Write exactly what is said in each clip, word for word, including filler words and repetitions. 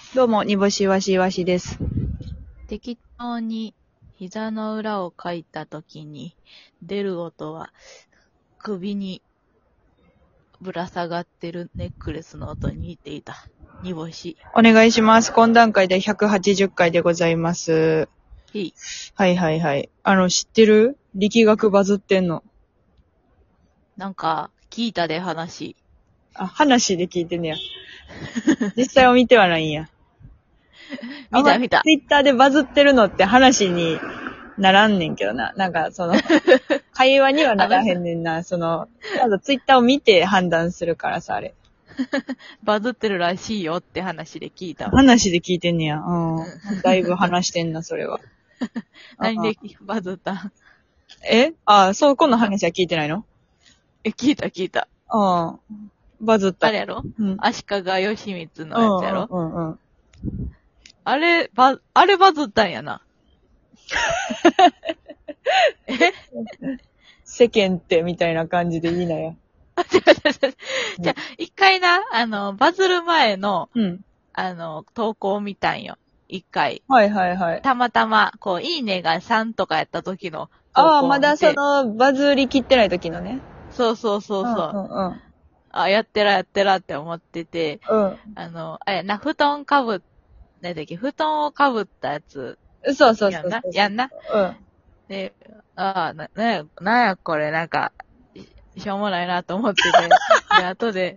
どうも、煮干しわしわしです。 適当に膝の裏をかいたときに出る音は首にぶら下がってるネックレスの音に似ていた。煮干し。 お願いします。懇談会でひゃくはちじゅっかいでございます。 いい。 はいはいはい。あの、知ってる？力学バズってんの。 なんか、聞いたで話。 あ、話で聞いてんねや。実際は見てはないんや。 見た見た。 ツイッターでバズってるのって話にならんねんけどな。なんか、その、会話にはならへんねんな。その、まずツイッターを見て判断するからさ、あれ。 バズってるらしいよって話で聞いた。 話で聞いてんねや。うん。だいぶ話してんな、それは。 何でバズったん？ えあ、そう、この話は聞いてないの？ え、聞いた聞いた。 うん。バズった。 あれやろ？ うん。 足利義満のやつやろ？ うんうんうん。 あれ、ば、あれバズったんやな。え世間ってみたいな感じでいいなや。 じゃあ、一回な、あの、バズる前の、 うん。 あの、投稿を見たんよ。一回。 はいはいはい。 たまたま、こう、いいねがさんとかやった時の投稿ああ、 を見て。 まだその、バズりきってない時のね。 そうそうそうそう。 うんうんうん。 あ、やってらやってらって思ってて、 うん。 あの、あれな、布団かぶっ、なんだっけ、布団をかぶったやつ。 そうそうそうそう。 やんな。やんな。 うん。 で、ああ、な、なや、なんやこれ、なんか、ししょうもないなと思ってて、で、後で、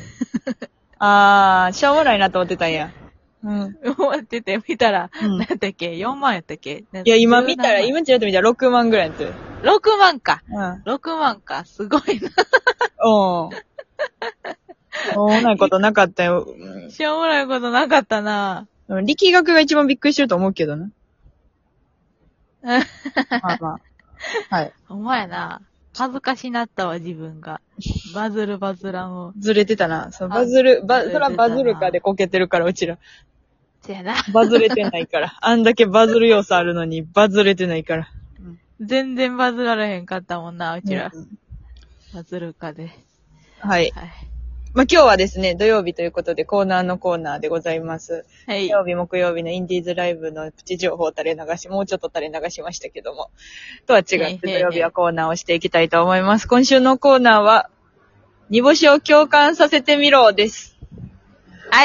ああ、しょうもないなと思ってたんや。うん。 思ってて見たら、 うん。 なんだっけ、よんまんやったっけ？ いや、今見たら、 じゅうななまん今ちらっと見たらろくまんぐらいやってる。 ろくまんか。 うん。 ろくまんか。すごいな。 おー。しょうもないことなかったよ。 しょうもないことなかったな。 うん。力学が一番びっくりしてると思うけどな。まあまあ。はい。 ほんまやな。恥ずかしなったわ、自分が。バズるバズらんを。 ずれてたな。そう、バズる、バ、 ずれてたなそらバズるかでこけてるから、うちら。 せやな。 バズれてないから。あんだけバズる要素あるのに、バズれてないから。 全然バズられへんかったもんな、うちら。 うん、 バズるかで。 はい。 はい。 まあ、今日はですね、土曜日ということでコーナーのコーナーでございます。 はい。 土曜日、木曜日のインディーズライブのプチ情報を垂れ流し、もうちょっと垂れ流しましたけども。とは違って土曜日はコーナーをしていきたいと思います。今週のコーナーは、煮干しを共感させてみろです。 はい。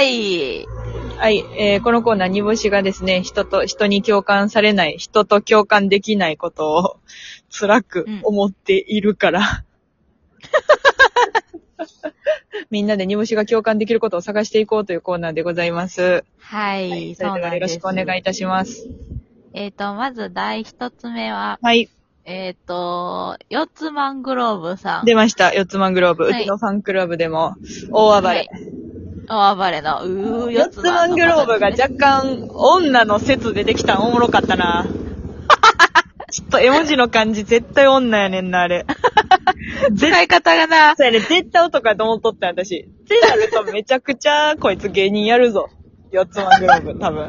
はい、えー、このコーナー、煮干しがですね、人と、人に共感されない、人と共感できないことを辛く思っているから、うん、みんなで煮干しが共感できることを探していこうというコーナーでございます。 はい、はい、そうなんです。 よろしくお願いいたします。 えっと、まず第一つ目は、 はい。 えっと、四つマングローブさん。 出ました、四つマングローブ。はい、うちのファンクラブでも、大暴れ。はい大暴れの、うー、 四つマングローブが若干、女の説出てきたんおもろかったな。ちょっと絵文字の感じ絶対女やねんな、あれ。 使い方がな。 そうやね、絶対男やと思っとったん私。ってなるとめちゃくちゃ、こいつ芸人やるぞ。四つマングローブ、多分。う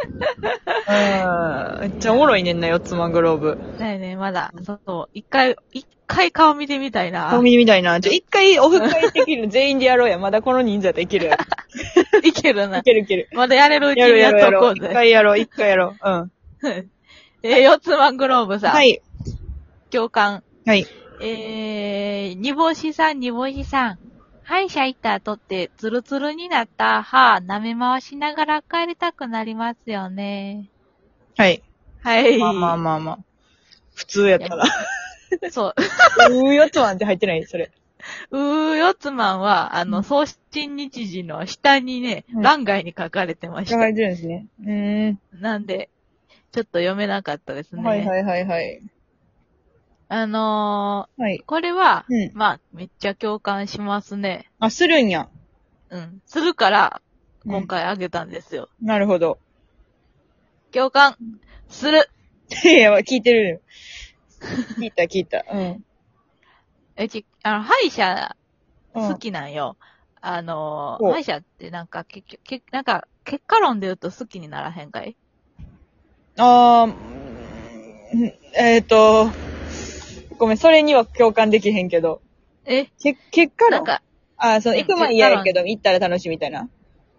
ーん。めっちゃおもろいねんな、四つマングローブ。 だよね、まだ。そうそう。一回、一回顔見てみたいな。 顔見てみたいな。ちょ、一回オフ会できる。全員でやろうや。まだこの人数やったらいけるやろ。 いけるな。 いけるいける。 まだやれるうちにやっとこうぜ。 一回やろう、一回やろう。うん。 えー、四つマングローブさん。 はい。 共感。 はい。 えー、煮干しさん、煮干しさん。歯医者行った後って、ツルツルになった歯、舐め回しながら帰りたくなりますよね。 はい。 はい。 まあまあまあまあ。普通やったら。 そう。 うー四つマンって入ってないそれ。 うー四つマンは、あの、送信日時の下にね、うん、欄外に書かれてました。 書かれてるんですね。うーん。 なんで、ちょっと読めなかったですね。 はいはいはいはい。 あのー、 はい。 これは、 うん、 まあ、めっちゃ共感しますね。 あ、するんや。 うん。するから、今回あげたんですよ。 うん、なるほど。 共感、する。 いや、聞いてるよ。聞いた聞いた。うん。 え、ち、あの、歯医者、好きなんよ。うん、あのー、歯医者ってなんか、結局、け、なんか、結果論で言うと好きにならへんかい？ あー、えっ、ー、と、ごめん、それには共感できへんけど。 えけ、結果論？ なんか、 あー、その、行く前嫌やけど、行ったら楽しいみたいな。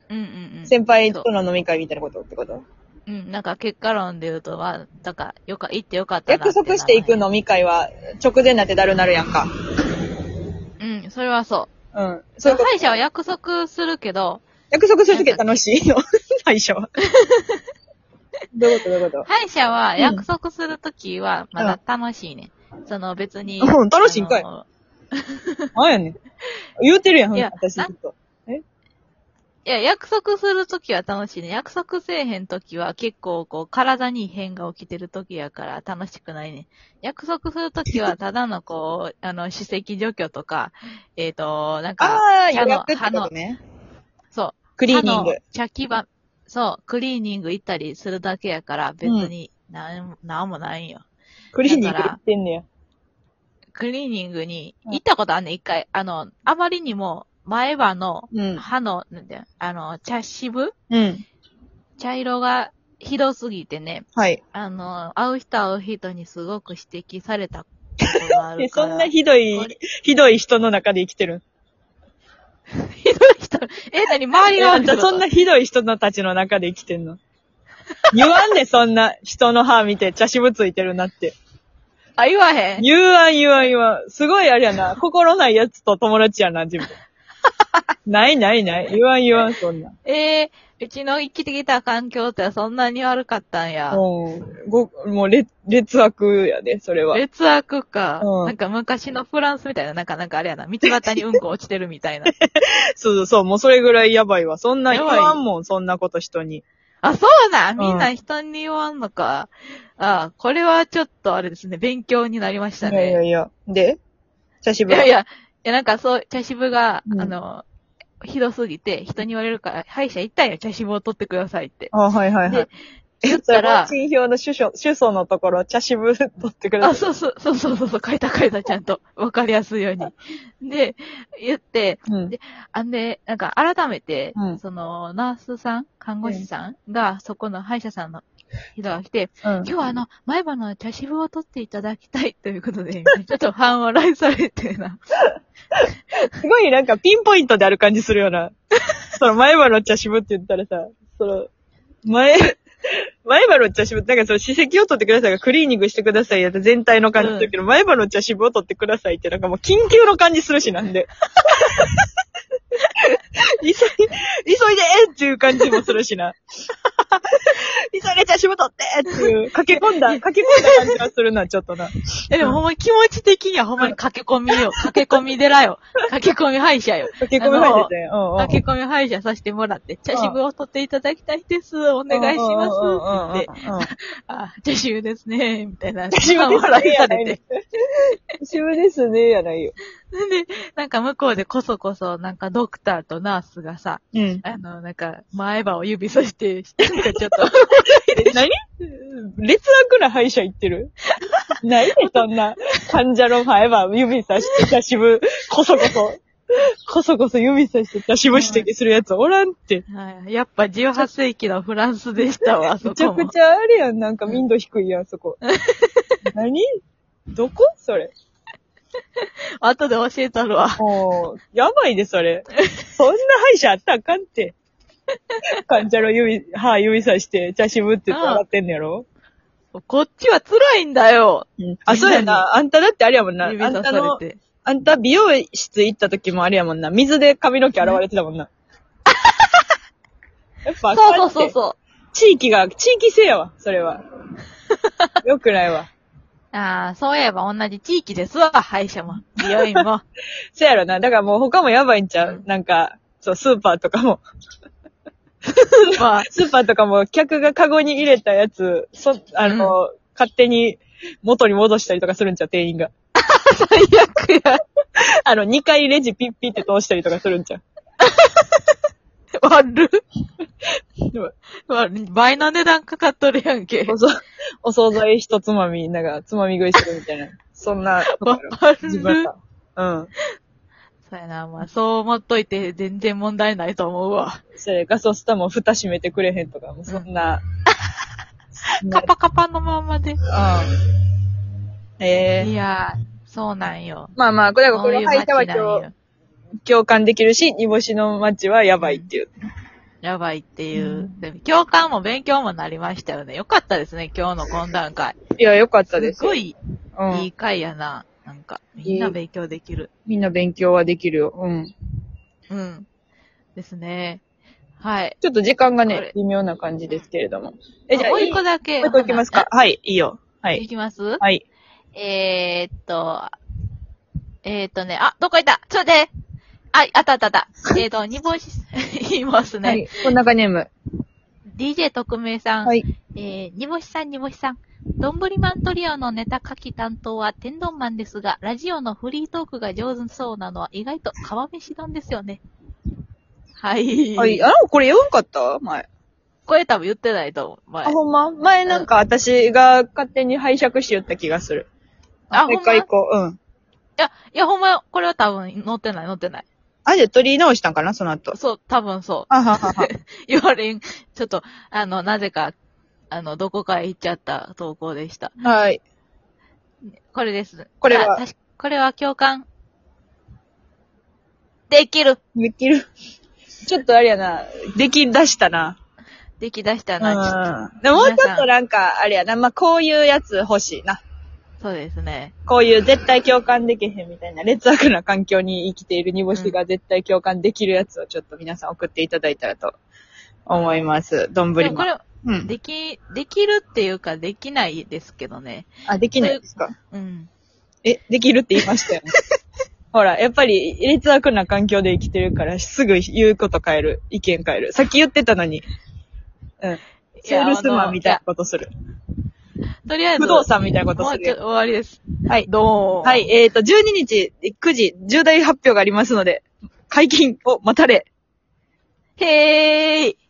うんうんうん。 先輩との飲み会みたいなことってことうん、なんか結果論で言うとは、だから、よか、行ってよかったなって約束していく飲み会は直前になってだるなるやんか。 うん、それはそう。 うん。そういうこと歯医者は約束するけど、 約束するときは楽しいの歯医者は。どういうことどういうこと歯医者は約束するときはまだ楽しいね。うん、その別に。 うん、楽しいんかい。なんやねん。言うてるやん、 いや私ずっと。えいや、約束するときは楽しいね。約束せえへんときは結構こう体に異変が起きてるときやから楽しくないね。約束するときはただのこう、あの、歯石除去とか、えっ、ー、と、なんか、 ああ、予歯の、 約って歯の、 ことね。 そう。 クリーニング。 茶木場、そう、クリーニング行ったりするだけやから別になん、うん、なんもないんよ。 クリーニング行ってんねや。 クリーニングに行ったことあんねん、一回。あの、あまりにも前歯の歯の、うん、なんてあの、茶渋うん。 茶色がひどすぎてね。 はい。 あの、会う人会う人にすごく指摘されたことがあるから。 そんなひどい、ひどい人の中で生きてる。 ひどい人、え、なに周りがあんたそんなひどい人のたちの中で生きてんの。言わんで、そんな人の歯見て茶渋ついてるなって。 あ、言わへん。 言わん言わん言わん。すごいあれやな。心ないやつと友達やな、自分。ないないない。言わん言わん、そんな。 えー、うちの生きてきた環境ってそんなに悪かったんや。 うん。ご、もう劣、劣悪やで、それは。 劣悪か。 うん。 なんか昔のフランスみたいな、なんかなんかあれやな。道端にうんこ落ちてるみたいな。 そうそうそう、もうそれぐらいやばいわ。そんな言わんもん、そんなこと人に。 あ、そうなん、みんな人に言わんのか。うん、あ、これはちょっとあれですね、勉強になりましたね。 いやいやいや。で茶渋いやいや、いやなんかそう、茶渋が、 うん、 あの、ひどすぎて、人に言われるから、歯医者行ったんよ、茶渋を取ってくださいって。 あ、はいはいはい。 で、言ったら、 診票の主訴、主訴のところ、茶渋取ってください。 あ、そうそう、そうそうそうそう、書いた書いた、ちゃんと。わかりやすいように。で、言って、うん、で、あんで、なんか改めて、うん、その、ナースさん、看護師さんが、そこの歯医者さんの人が来て、うん、今日はあの、前歯の茶渋を取っていただきたいということで、ちょっと半笑いされてな。 すごいなんかピンポイントである感じするような。その前歯の茶渋って言ったらさ、その、前、前歯の茶渋って、なんかその歯石を取ってくださいがクリーニングしてくださいやった全体の感じするけど、うん、前歯の茶渋を取ってくださいってなんかもう緊急の感じするしなんで。急い、急いでっていう感じもするしな。急いで茶渋取ってっていう、駆け込んだ、駆け込んだ感じがするな、ちょっとな。 え、でもほんまに気持ち的にはほんまに駆け込みよ。駆け込み寺よ。駆け込み歯医者よ。 駆け込み歯医者だよ。うんうん、 駆け込み歯医者させてもらって、茶渋を取っていただきたいです。お願いしますって言って、あ、茶渋ですね、みたいな。 茶渋ですね、されて。茶渋ですね、やないよ。 で、なんか向こうでこそこそ、なんかドクターとナースがさ、 うん、 あの、なんか前歯を指さして、なんかちょっと何劣悪な歯医者行ってる何でそんな患者の前歯指さして茶渋、こそこそ、こそこそ指さして茶渋指摘するやつおらんって。 はい。やっぱじゅうはっせいきのフランスでしたわ、そこも。 めちゃくちゃあれやん、なんか民度低いやん、そこ。何どこそれ。 後で教えたるわ。 もう、やばいで、それ。そんな歯医者あったらあかんって。患者の指、歯指さして、茶渋って笑ってんのやろこっちは辛いんだよ。 うん、あ、そうやな。あんただってあれやもんな。指さされて。あんたの、あんた美容室行った時もあれやもんな。水で髪の毛洗われてたもんな。やっぱそうそうそうそう。 地域が、地域性やわ、それは。よくないわ。 ああ、そういえば同じ地域ですわ、歯医者も。美容院も。 そうやろな。だからもう他もやばいんちゃう、うん、なんか、そう、スーパーとかも。スーパー、スーパーとかも客がカゴに入れたやつ、そ、あの、うん、勝手に元に戻したりとかするんちゃう、店員が。 最悪や。 あの、にかいレジピッピって通したりとかするんちゃう。 悪っ。倍の値段かかっとるやんけ。 お惣菜一つまみ、なんか、つまみ食いするみたいな。そんな、自分が。うん。 そうやな、まあ、そう思っといて全然問題ないと思うわ。 それ、ガソスタも蓋閉めてくれへんとか、もうそんな。 うん、カパカパのままで。うん。 ええー。 いやー、そうなんよ。 まあまあ、これはこの歯医者は今日、共感できるし、煮干しの町はやばいっていう。 やばいっていう。 うん、 でも共感も勉強もなりましたよね。よかったですね、今日の懇談会。 いや、よかったです。 すごいうん、 いい回やな。なんか、みんな勉強できる。 みんな勉強はできるよ。うん。 うん。ですね。はい。 ちょっと時間がねこれ、 微妙な感じですけれども。 え、 え、じゃあ、 もう一い個だけ。 もう一個いきますか。はい、いいよ。はい。 いきますはい。 えーっと、えーっとね、あ、どこ行ったちょっと待って。あ、あったあったあった。えーっと、煮干し、言いますね。 はい。こんなかネーム。 ディージェー 特命さん。 はい。 えー、煮干しさん、煮干しさん。どんぶりマントリオのネタ書き担当は天丼マンですが、ラジオのフリートークが上手そうなのは意外と川飯丼ですよね。はい。 はい。あ、これ読んかった前。 これ多分言ってないと思う。前。 あ、ほんま前なんか私が勝手に拝借しよった気がする。 あ、 もう一回行こう。うん。 いや、いや、ほんま、これは多分載ってない、載ってない。 あ、じゃあ取り直したんかなその後。 そう、多分そう。 あははは。 言われん、ちょっと、あの、なぜか、あの、どこかへ行っちゃった投稿でした。 はい。 これです。 これはあ、確かこれは共感。できる。 できる。ちょっとあれやな。でき出したな。 でき出したな、ちょっと。 うん。でももうちょっとなんか、あれやな。まあ、こういうやつ欲しいな。 そうですね。 こういう絶対共感できへんみたいな、劣悪な環境に生きている煮干しが絶対共感できるやつをちょっと皆さん送っていただいたらと思います。どんぶりまん。 でもこれ、 うん。 でき、できるっていうか、できないですけどね。 あ、できないですか？ うん。 え、できるって言いましたよね。ほら、やっぱり劣悪な環境で生きてるからすぐ言うこと変える。意見変える。さっき言ってたのに。うん。セールスマンみたいなことする。 とりあえず。 不動産みたいなことする。 もうちょ、終わりです。 はい。 どうはい。えっと、じゅうににちくじ、重大発表がありますので、解禁を待たれ。 へーい。